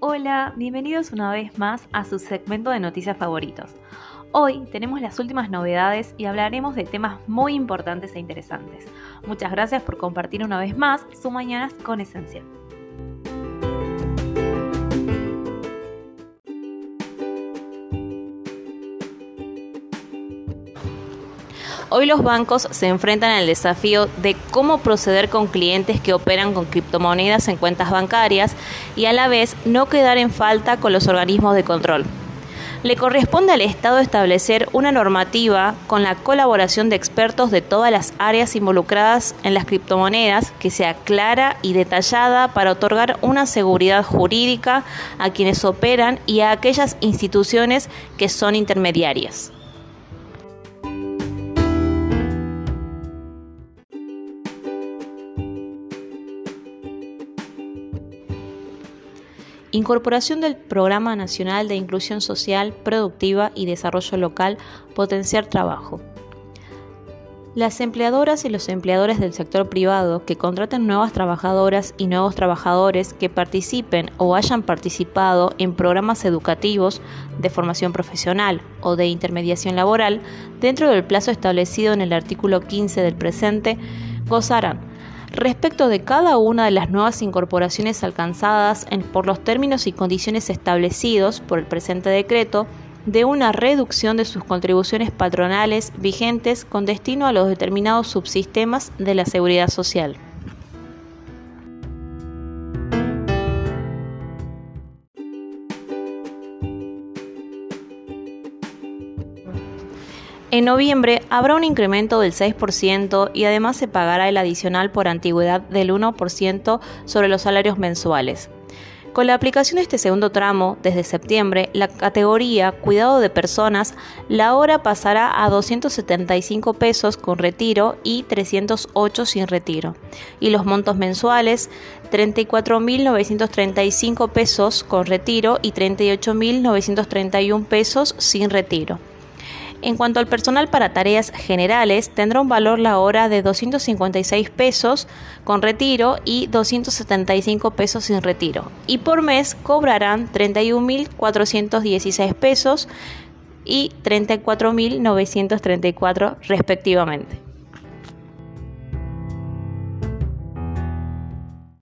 Hola, bienvenidos una vez más a su segmento de noticias favoritos. Hoy tenemos las últimas novedades y hablaremos de temas muy importantes e interesantes. Muchas gracias por compartir una vez más su Mañanas con Esencial. Hoy los bancos se enfrentan al desafío de cómo proceder con clientes que operan con criptomonedas en cuentas bancarias y a la vez no quedar en falta con los organismos de control. Le corresponde al Estado establecer una normativa con la colaboración de expertos de todas las áreas involucradas en las criptomonedas que sea clara y detallada para otorgar una seguridad jurídica a quienes operan y a aquellas instituciones que son intermediarias. Incorporación del Programa Nacional de Inclusión Social, Productiva y Desarrollo Local, Potenciar Trabajo. Las empleadoras y los empleadores del sector privado que contraten nuevas trabajadoras y nuevos trabajadores que participen o hayan participado en programas educativos de formación profesional o de intermediación laboral dentro del plazo establecido en el artículo 15 del presente, gozarán respecto de cada una de las nuevas incorporaciones alcanzadas por los términos y condiciones establecidos por el presente decreto, de una reducción de sus contribuciones patronales vigentes con destino a los determinados subsistemas de la Seguridad Social. En noviembre habrá un incremento del 6% y además se pagará el adicional por antigüedad del 1% sobre los salarios mensuales. Con la aplicación de este segundo tramo, desde septiembre, la categoría Cuidado de Personas, la hora pasará a 275 pesos con retiro y 308 sin retiro. Y los montos mensuales, 34.935 pesos con retiro y 38.931 pesos sin retiro. En cuanto al personal para tareas generales, tendrá un valor la hora de 256 pesos con retiro y 275 pesos sin retiro. Y por mes cobrarán 31.416 pesos y 34.934 respectivamente.